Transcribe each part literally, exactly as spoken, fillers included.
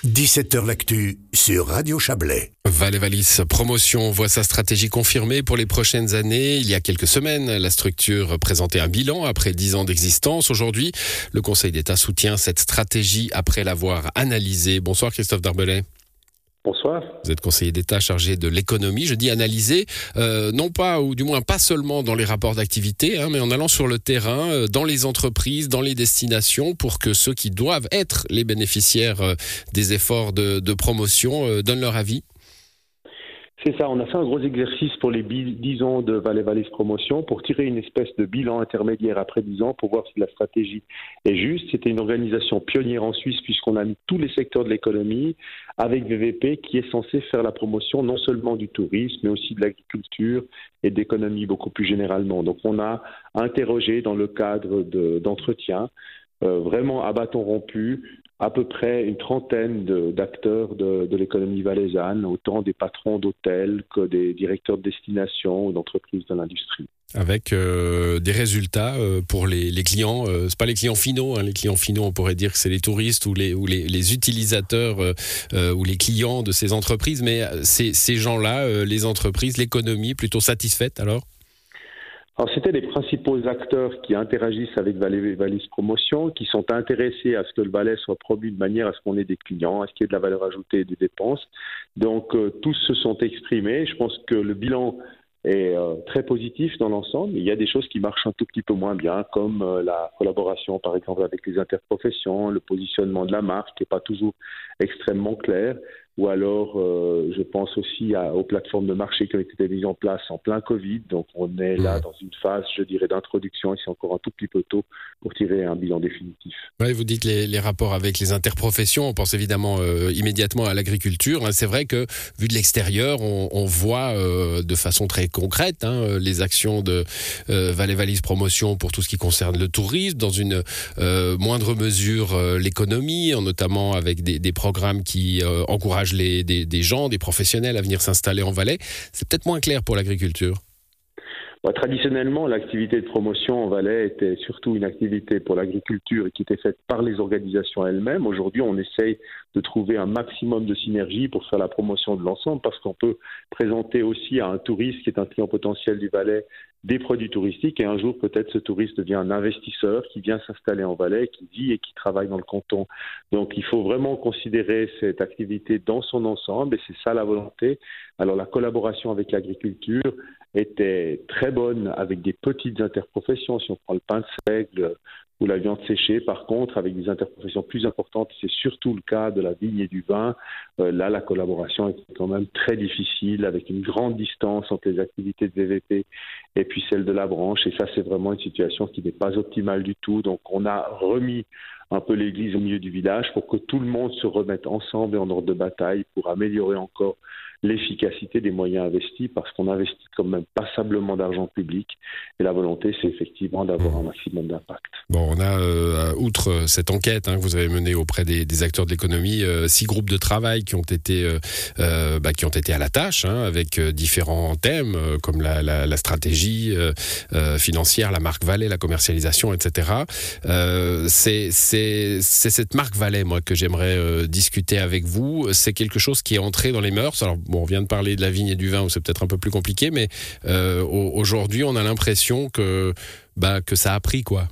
dix-sept heures l'actu sur Radio Chablais. Valais Wallis Promotion voit sa stratégie confirmée pour les prochaines années. Il y a quelques semaines, la structure présentait un bilan après dix ans d'existence. Aujourd'hui, le Conseil d'État soutient cette stratégie après l'avoir analysée. Bonsoir Christophe Darbelay. Bonsoir. Vous êtes conseiller d'État chargé de l'économie. Je dis analyser, euh, non pas, ou du moins pas seulement dans les rapports d'activité, hein, mais en allant sur le terrain, euh, dans les entreprises, dans les destinations, pour que ceux qui doivent être les bénéficiaires euh, des efforts de, de promotion euh, donnent leur avis. C'est ça, on a fait un gros exercice pour les dix ans de Valais Wallis Promotion pour tirer une espèce de bilan intermédiaire après dix ans pour voir si la stratégie est juste. C'était une organisation pionnière en Suisse puisqu'on a mis tous les secteurs de l'économie avec V V P qui est censé faire la promotion non seulement du tourisme mais aussi de l'agriculture et de l'économie beaucoup plus généralement. Donc on a interrogé dans le cadre de, d'entretien euh, vraiment à bâton rompu à peu près une trentaine de, d'acteurs de, de l'économie valaisanne, autant des patrons d'hôtels que des directeurs de destination ou d'entreprises de l'industrie. Avec euh, des résultats euh, pour les, les clients, euh, c'est pas les clients finaux, hein, les clients finaux on pourrait dire que c'est les touristes ou les, ou les, les utilisateurs euh, euh, ou les clients de ces entreprises, mais ces, ces gens-là, euh, les entreprises, l'économie, plutôt satisfaites alors ? Alors, c'était les principaux acteurs qui interagissent avec Valais Wallis Promotion, qui sont intéressés à ce que le Valais soit produit de manière à ce qu'on ait des clients, à ce qu'il y ait de la valeur ajoutée et des dépenses. Donc, euh, tous se sont exprimés. Je pense que le bilan est euh, très positif dans l'ensemble. Il y a des choses qui marchent un tout petit peu moins bien, comme euh, la collaboration, par exemple, avec les interprofessions, le positionnement de la marque qui n'est pas toujours extrêmement clair. Ou alors, euh, je pense aussi à, aux plateformes de marché qui ont été mises en place en plein Covid. Donc, on est là dans une phase, je dirais, d'introduction et c'est encore un tout petit peu tôt pour tirer un bilan définitif. Oui, vous dites les, les rapports avec les interprofessions. On pense évidemment euh, immédiatement à l'agriculture. C'est vrai que, vu de l'extérieur, on, on voit euh, de façon très concrète hein, les actions de euh, Valais Wallis Promotion pour tout ce qui concerne le tourisme, dans une euh, moindre mesure euh, l'économie, notamment avec des, des programmes qui euh, encouragent Les, des, des gens, des professionnels à venir s'installer en Valais. C'est peut-être moins clair pour l'agriculture. Bah, traditionnellement, l'activité de promotion en Valais était surtout une activité pour l'agriculture et qui était faite par les organisations elles-mêmes. Aujourd'hui, on essaye de trouver un maximum de synergie pour faire la promotion de l'ensemble parce qu'on peut présenter aussi à un touriste qui est un client potentiel du Valais des produits touristiques et un jour peut-être ce touriste devient un investisseur qui vient s'installer en Valais, qui vit et qui travaille dans le canton. Donc il faut vraiment considérer cette activité dans son ensemble et c'est ça la volonté. Alors la collaboration avec l'agriculture était très bonne avec des petites interprofessions. Si on prend le pain de seigle ou la viande séchée, par contre, avec des interprofessions plus importantes, c'est surtout le cas de la vigne et du vin. Euh, là, la collaboration est quand même très difficile, avec une grande distance entre les activités de V V P et puis celles de la branche. Et ça, c'est vraiment une situation qui n'est pas optimale du tout. Donc, on a remis un peu l'église au milieu du village pour que tout le monde se remette ensemble et en ordre de bataille pour améliorer encore l'efficacité des moyens investis parce qu'on investit quand même passablement d'argent public et la volonté c'est effectivement d'avoir un maximum d'impact. Bon, on a, euh, outre cette enquête hein, que vous avez menée auprès des, des acteurs de l'économie, euh, six groupes de travail qui ont été, euh, euh, bah, qui ont été à la tâche hein, avec euh, différents thèmes euh, comme la, la, la stratégie euh, euh, financière, la marque Valais, la commercialisation, et cetera. Euh, c'est, c'est, c'est cette marque Valais, moi, que j'aimerais euh, discuter avec vous. C'est quelque chose qui est entré dans les mœurs. Alors, bon, on vient de parler de la vigne et du vin où c'est peut-être un peu plus compliqué, mais euh, aujourd'hui, on a l'impression que, bah, que ça a pris, quoi.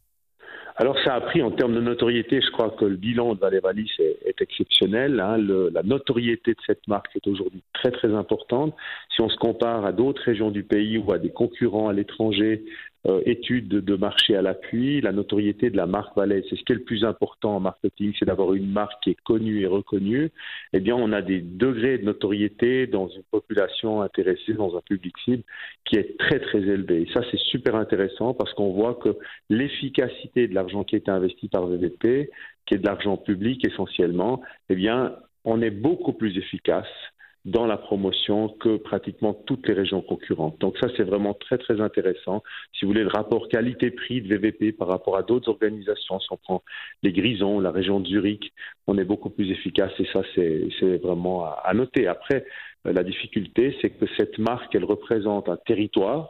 Alors ça a pris en termes de notoriété, je crois que le bilan de Valais Wallis est, est exceptionnel. Hein. Le, la notoriété de cette marque est aujourd'hui très très importante. Si on se compare à d'autres régions du pays ou à des concurrents à l'étranger, euh, études de, de marché à l'appui, la notoriété de la marque Valais, c'est ce qui est le plus important en marketing, c'est d'avoir une marque qui est connue et reconnue. Eh bien, on a des degrés de notoriété dans une population intéressée, dans un public cible, qui est très très élevé. Et ça, c'est super intéressant parce qu'on voit que l'efficacité de l'argent qui a été investi par V V P, qui est de l'argent public essentiellement, eh bien, on est beaucoup plus efficace dans la promotion que pratiquement toutes les régions concurrentes. Donc ça, c'est vraiment très, très intéressant. Si vous voulez, le rapport qualité-prix de V V P par rapport à d'autres organisations, si on prend les Grisons, la région de Zurich, on est beaucoup plus efficace et ça, c'est, c'est vraiment à, à noter. Après, euh, la difficulté, c'est que cette marque, elle représente un territoire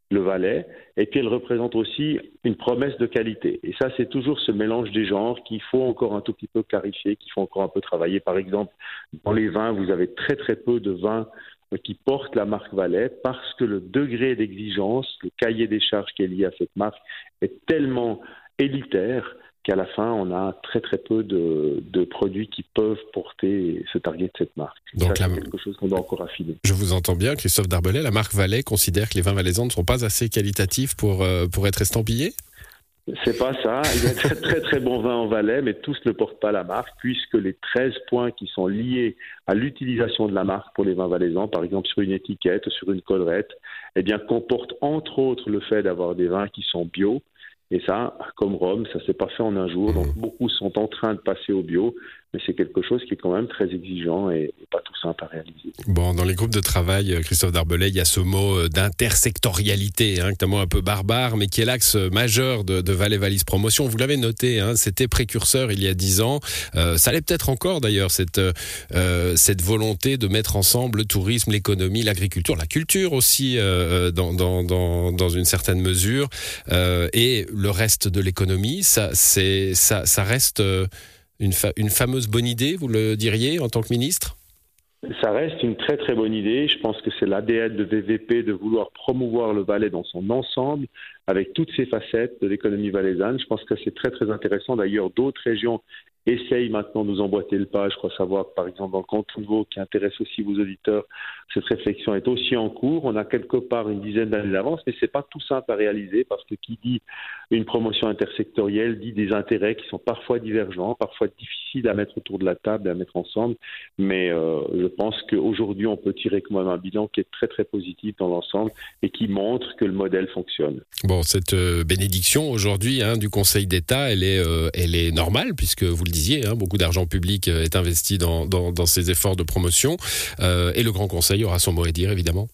le Valais, et puis elle représente aussi une promesse de qualité. Et ça, c'est toujours ce mélange des genres qu'il faut encore un tout petit peu clarifier, qu'il faut encore un peu travailler. Par exemple, dans les vins, vous avez très très peu de vins qui portent la marque Valais parce que le degré d'exigence, le cahier des charges qui est lié à cette marque est tellement élitaire qu'à la fin, on a très très peu de, de produits qui peuvent porter ce target de cette marque. Donc ça, la... c'est quelque chose qu'on doit encore affiner. Je vous entends bien, Christophe Darbelay, la marque Valais considère que les vins valaisans ne sont pas assez qualitatifs pour, euh, pour être estampillés ? C'est pas ça. Il y a de très très bons vins en Valais, mais tous ne portent pas la marque, puisque les treize points qui sont liés à l'utilisation de la marque pour les vins valaisans, par exemple sur une étiquette, sur une collerette, eh bien comportent entre autres le fait d'avoir des vins qui sont bio. Et ça, comme Rome, ça ne s'est pas fait en un jour. Donc beaucoup sont en train de passer au bio, mais c'est quelque chose qui est quand même très exigeant et, et pas tout simple à réaliser. Bon, dans les groupes de travail, Christophe Darbelay, il y a ce mot d'intersectorialité, hein, un mot un peu barbare, mais qui est l'axe majeur de, de Valais Valise Promotion. Vous l'avez noté, hein, c'était précurseur il y a dix ans. Euh, ça l'est peut-être encore d'ailleurs, cette, euh, cette volonté de mettre ensemble le tourisme, l'économie, l'agriculture, la culture aussi, euh, dans, dans, dans, dans une certaine mesure, euh, et le reste de l'économie. Ça, c'est, ça, ça reste... Euh, Une, fa- une fameuse bonne idée, vous le diriez, en tant que ministre ? Ça reste une très très bonne idée. Je pense que c'est l'A D N de V V P de vouloir promouvoir le Valais dans son ensemble, avec toutes ses facettes de l'économie valaisanne. Je pense que c'est très très intéressant. D'ailleurs, d'autres régions essayent maintenant de nous emboîter le pas. Je crois savoir, par exemple, dans le canton de Vaud, qui intéresse aussi vos auditeurs, cette réflexion est aussi en cours. On a quelque part une dizaine d'années d'avance, mais c'est pas tout simple à réaliser parce que qui dit une promotion intersectorielle dit des intérêts qui sont parfois divergents, parfois difficiles à mettre autour de la table et à mettre ensemble. Mais euh, je pense qu'aujourd'hui, on peut tirer quand même un bilan qui est très très positif dans l'ensemble et qui montre que le modèle fonctionne. Bon, cette euh, bénédiction aujourd'hui hein, du Conseil d'État, elle est, euh, elle est normale puisque vous le disiez, hein, beaucoup d'argent public euh, est investi dans, dans, dans ces efforts de promotion euh, et le Grand Conseil aura son mot à dire évidemment.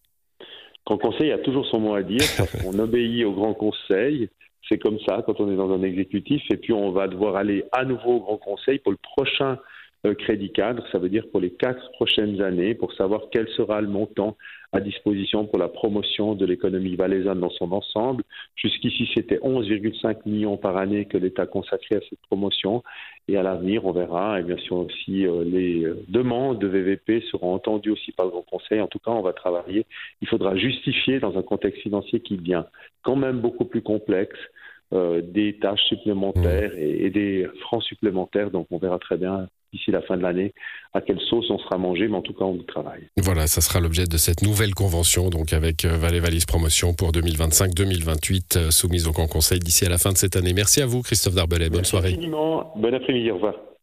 Le Grand Conseil a toujours son mot à dire parce qu'on obéit au Grand Conseil. C'est comme ça quand on est dans un exécutif et puis on va devoir aller à nouveau au Grand Conseil pour le prochain euh, crédit cadre, ça veut dire pour les quatre prochaines années, pour savoir quel sera le montant à disposition pour la promotion de l'économie valaisanne dans son ensemble. Jusqu'ici, c'était onze virgule cinq millions par année que l'État consacrait à cette promotion. Et à l'avenir, on verra. Et bien sûr aussi, euh, les demandes de V V P seront entendues aussi par le Grand Conseil. En tout cas, on va travailler. Il faudra justifier, dans un contexte financier qui devient quand même beaucoup plus complexe, euh, des tâches supplémentaires et, et des francs supplémentaires. Donc, on verra très bien d'ici la fin de l'année, à quelle sauce on sera mangé, mais en tout cas, on y travaille. Voilà, ça sera l'objet de cette nouvelle convention, donc avec Valais Valise Promotion pour deux mille vingt-cinq deux mille vingt-huit, euh, soumise au Grand Conseil d'ici à la fin de cette année. Merci à vous, Christophe Darbelay. Bonne Merci soirée. Infiniment. Bon après-midi. Au revoir.